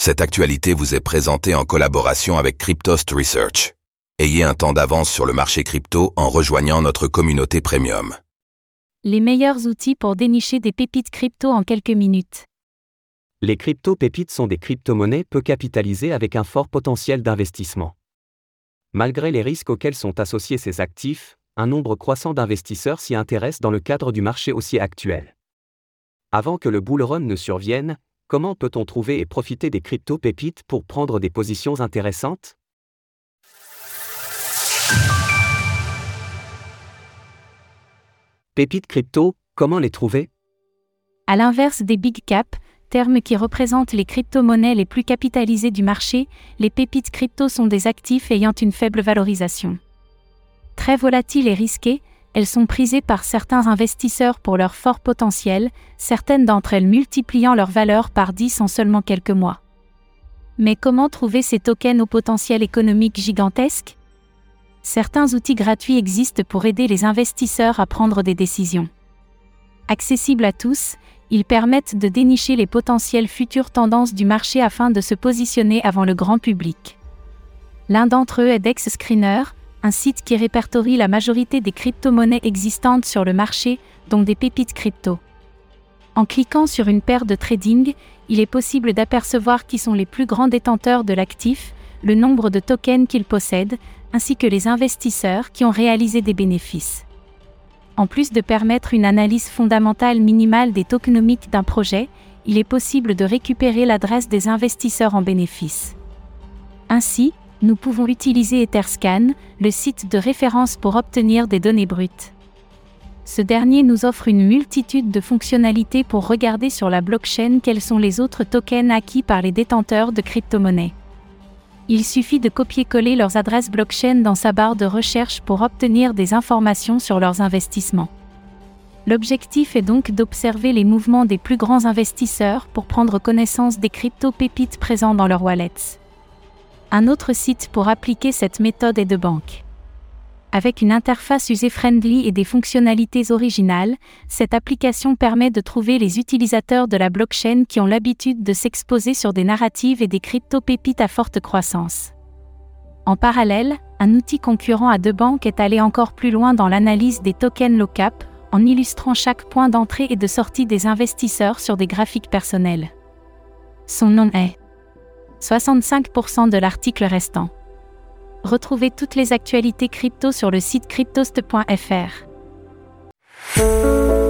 Cette actualité vous est présentée en collaboration avec Cryptost Research. Ayez un temps d'avance sur le marché crypto en rejoignant notre communauté premium. Les meilleurs outils pour dénicher des pépites crypto en quelques minutes. Les crypto-pépites sont des crypto-monnaies peu capitalisées avec un fort potentiel d'investissement. Malgré les risques auxquels sont associés ces actifs, un nombre croissant d'investisseurs s'y intéressent dans le cadre du marché haussier actuel. Avant que le bull run ne survienne, comment peut-on trouver et profiter des crypto-pépites pour prendre des positions intéressantes ? Pépites crypto, comment les trouver ? À l'inverse des big caps, termes qui représentent les crypto-monnaies les plus capitalisées du marché, les pépites crypto sont des actifs ayant une faible valorisation. Très volatiles et risquées, elles sont prisées par certains investisseurs pour leur fort potentiel, certaines d'entre elles multipliant leur valeur par 10 en seulement quelques mois. Mais comment trouver ces tokens au potentiel économique gigantesque ? Certains outils gratuits existent pour aider les investisseurs à prendre des décisions. Accessibles à tous, ils permettent de dénicher les potentielles futures tendances du marché afin de se positionner avant le grand public. L'un d'entre eux est DEX Screener, un site qui répertorie la majorité des crypto-monnaies existantes sur le marché, dont des pépites crypto. En cliquant sur une paire de trading, il est possible d'apercevoir qui sont les plus grands détenteurs de l'actif, le nombre de tokens qu'ils possèdent, ainsi que les investisseurs qui ont réalisé des bénéfices. En plus de permettre une analyse fondamentale minimale des tokenomiques d'un projet, il est possible de récupérer l'adresse des investisseurs en bénéfice. Ainsi, nous pouvons utiliser Etherscan, le site de référence pour obtenir des données brutes. Ce dernier nous offre une multitude de fonctionnalités pour regarder sur la blockchain quels sont les autres tokens acquis par les détenteurs de crypto-monnaies. Il suffit de copier-coller leurs adresses blockchain dans sa barre de recherche pour obtenir des informations sur leurs investissements. L'objectif est donc d'observer les mouvements des plus grands investisseurs pour prendre connaissance des crypto-pépites présents dans leurs wallets. Un autre site pour appliquer cette méthode est DeBank. Avec une interface user-friendly et des fonctionnalités originales, cette application permet de trouver les utilisateurs de la blockchain qui ont l'habitude de s'exposer sur des narratives et des crypto-pépites à forte croissance. En parallèle, un outil concurrent à DeBank est allé encore plus loin dans l'analyse des tokens low-cap, en illustrant chaque point d'entrée et de sortie des investisseurs sur des graphiques personnels. Son nom est 65% de l'article restant. Retrouvez toutes les actualités crypto sur le site cryptost.fr.